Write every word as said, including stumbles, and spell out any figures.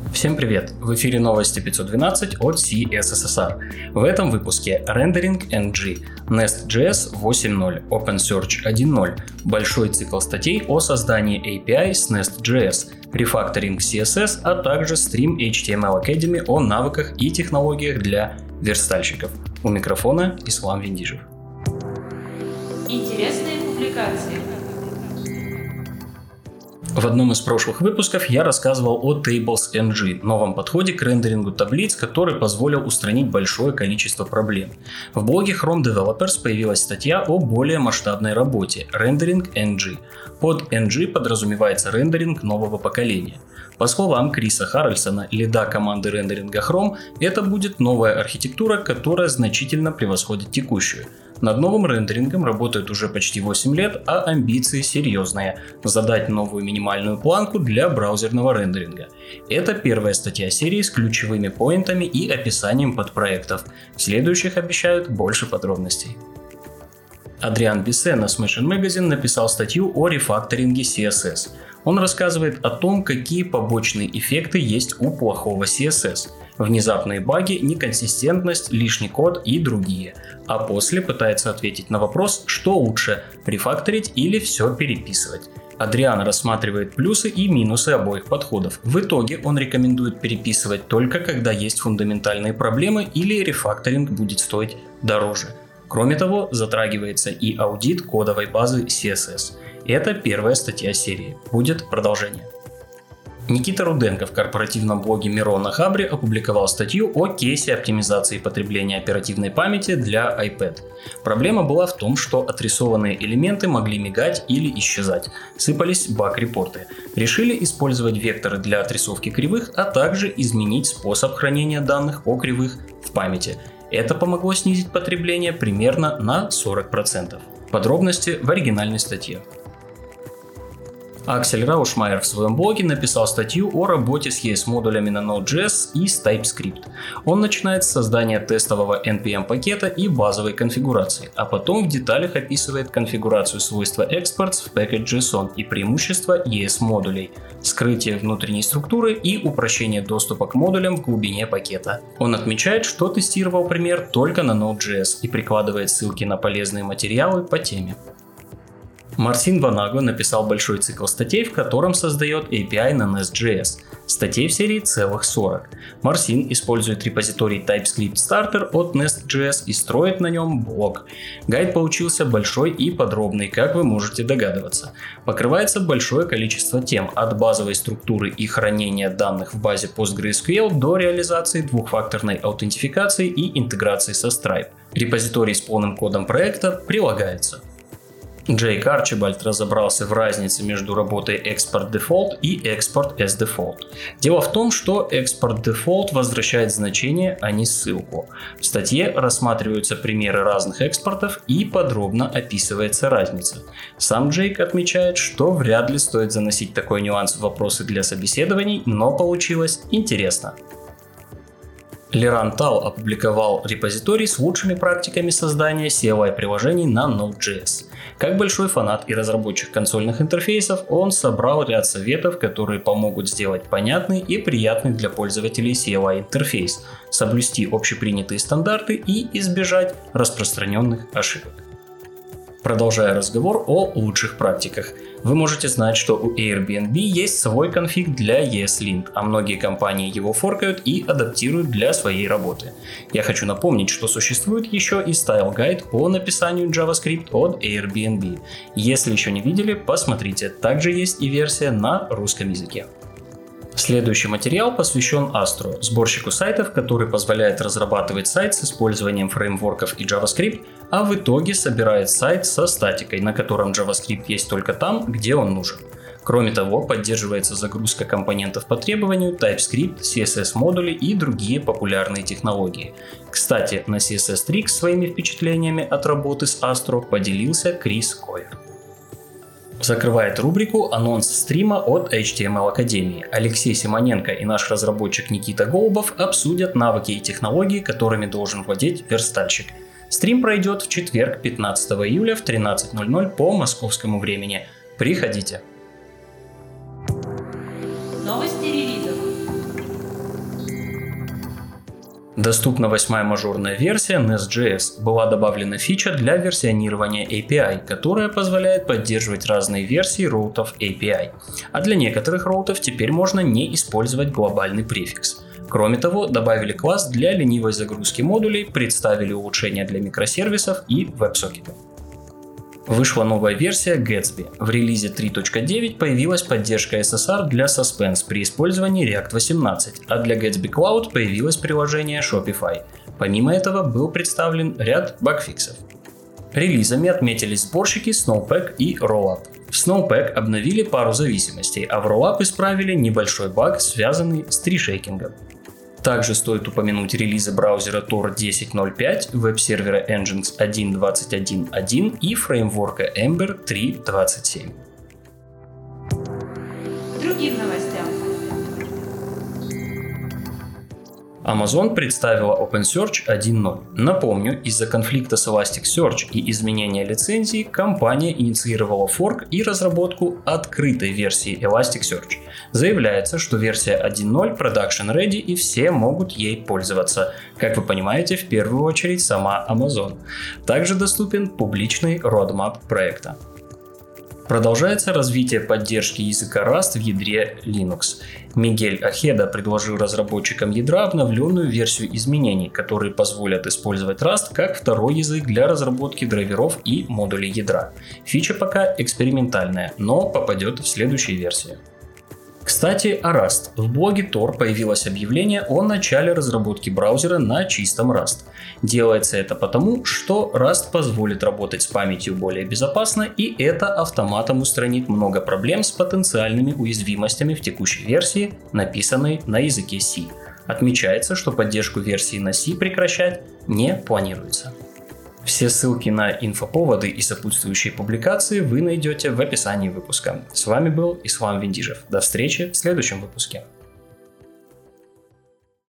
Всем привет! В эфире новости пятьсот двенадцать от си эс эс эс ар. В этом выпуске Rendering эн джи, Nest.js восемь ноль, OpenSearch один ноль, большой цикл статей о создании эй пи ай с Nest.js, рефакторинг си эс эс, а также стрим эйч ти эм эл Academy о навыках и технологиях для верстальщиков. У микрофона Ислам Виндижев. Интересные публикации. В одном из прошлых выпусков я рассказывал о Tables эн джи, новом подходе к рендерингу таблиц, который позволил устранить большое количество проблем. В блоге Chrome Developers появилась статья о более масштабной работе – Rendering эн джи. Под эн джи подразумевается рендеринг нового поколения. По словам Криса Харрельсона, лида команды рендеринга Chrome, это будет новая архитектура, которая значительно превосходит текущую. Над новым рендерингом работают уже почти восемь лет, а амбиции серьезные – задать новую минимальную планку для браузерного рендеринга. Это первая статья серии с ключевыми поинтами и описанием подпроектов. В следующих обещают больше подробностей. Адриан Биссе на Smashing Magazine написал статью о рефакторинге си эс эс. Он рассказывает о том, какие побочные эффекты есть у плохого си эс эс. Внезапные баги, неконсистентность, лишний код и другие. А после пытается ответить на вопрос, что лучше – рефакторить или все переписывать. Адриан рассматривает плюсы и минусы обоих подходов. В итоге он рекомендует переписывать только когда есть фундаментальные проблемы или рефакторинг будет стоить дороже. Кроме того, затрагивается и аудит кодовой базы си эс эс. Это первая статья серии. Будет продолжение. Никита Руденко в корпоративном блоге Miro на Хабре опубликовал статью о кейсе оптимизации потребления оперативной памяти для iPad. Проблема была в том, что отрисованные элементы могли мигать или исчезать, сыпались баг-репорты. Решили использовать векторы для отрисовки кривых, а также изменить способ хранения данных о кривых в памяти. Это помогло снизить потребление примерно на сорок процентов. Подробности в оригинальной статье. Аксель Раушмайер в своем блоге написал статью о работе с и эс-модулями на Node.js и с TypeScript. Он начинает с создания тестового эн пи эм пакета и базовой конфигурации, а потом в деталях описывает конфигурацию свойства exports в package.json и преимущества и эс-модулей, скрытие внутренней структуры и упрощение доступа к модулям в глубине пакета. Он отмечает, что тестировал пример только на Node.js и прикладывает ссылки на полезные материалы по теме. Марсин Ванаго написал большой цикл статей, в котором создает эй пи ай на Nest.js. Статей в серии целых сорок. Марсин использует репозиторий TypeScript Starter от Nest.js и строит на нем блок. Гайд получился большой и подробный, как вы можете догадываться. Покрывается большое количество тем, от базовой структуры и хранения данных в базе PostgreSQL до реализации двухфакторной аутентификации и интеграции со Stripe. Репозиторий с полным кодом проекта прилагается. Джейк Арчибальд разобрался в разнице между работой Export Default и Export as Default. Дело в том, что Export Default возвращает значение, а не ссылку. В статье рассматриваются примеры разных экспортов и подробно описывается разница. Сам Джейк отмечает, что вряд ли стоит заносить такой нюанс в вопросы для собеседований, но получилось интересно. Леран Тал опубликовал репозиторий с лучшими практиками создания си эл ай-приложений на Node.js. Как большой фанат и разработчик консольных интерфейсов, он собрал ряд советов, которые помогут сделать понятный и приятный для пользователей си эл ай-интерфейс, соблюсти общепринятые стандарты и избежать распространенных ошибок. Продолжая разговор о лучших практиках. Вы можете знать, что у Airbnb есть свой конфиг для и эс-Lint, а многие компании его форкают и адаптируют для своей работы. Я хочу напомнить, что существует еще и стайл-гайд по написанию JavaScript от Airbnb. Если еще не видели, посмотрите. Также есть и версия на русском языке. Следующий материал посвящен Astro, сборщику сайтов, который позволяет разрабатывать сайт с использованием фреймворков и JavaScript, а в итоге собирает сайт со статикой, на котором JavaScript есть только там, где он нужен. Кроме того, поддерживается загрузка компонентов по требованию, TypeScript, си эс эс-модули и другие популярные технологии. Кстати, на си эс эс Tricks своими впечатлениями от работы с Astro поделился Крис Койер. Закрывает рубрику анонс стрима от эйч ти эм эл Academy. Алексей Симоненко и наш разработчик Никита Голубов обсудят навыки и технологии, которыми должен владеть верстальщик. Стрим пройдет в четверг, пятнадцатого июля в тринадцать ноль ноль по московскому времени. Приходите. Новости релизов. Доступна восьмая мажорная версия Nest.js. Была добавлена фича для версионирования эй пи ай, которая позволяет поддерживать разные версии роутов эй пи ай. А для некоторых роутов теперь можно не использовать глобальный префикс. Кроме того, добавили класс для ленивой загрузки модулей, представили улучшения для микросервисов и веб-сокетов. Вышла новая версия Gatsby. В релизе три точка девять появилась поддержка эс эс ар для Suspense при использовании React восемнадцать, а для Gatsby Cloud появилось приложение Shopify. Помимо этого был представлен ряд багфиксов. Релизами отметились сборщики Snowpack и Rollup. В Snowpack обновили пару зависимостей, а в Rollup исправили небольшой баг, связанный с трешейкингом. Также стоит упомянуть релизы браузера тор десять ноль пять, веб-сервера Nginx один точка двадцать один точка один и фреймворка Ember три точка двадцать семь. Другим новостям. Amazon представила OpenSearch один точка ноль. Напомню, из-за конфликта с Elasticsearch и изменения лицензии компания инициировала форк и разработку открытой версии Elasticsearch. Заявляется, что версия один точка ноль production ready и все могут ей пользоваться. Как вы понимаете, в первую очередь сама Amazon. Также доступен публичный roadmap проекта. Продолжается развитие поддержки языка Rust в ядре Linux. Мигель Ахеда предложил разработчикам ядра обновленную версию изменений, которые позволят использовать Rust как второй язык для разработки драйверов и модулей ядра. Фича пока экспериментальная, но попадет в следующие версии. Кстати, о Rust. В блоге тор появилось объявление о начале разработки браузера на чистом Rust. Делается это потому, что Rust позволит работать с памятью более безопасно, и это автоматом устранит много проблем с потенциальными уязвимостями в текущей версии, написанной на языке C. Отмечается, что поддержку версии на C прекращать не планируется. Все ссылки на инфоповоды и сопутствующие публикации вы найдете в описании выпуска. С вами был Ислам Виндижев. До встречи в следующем выпуске.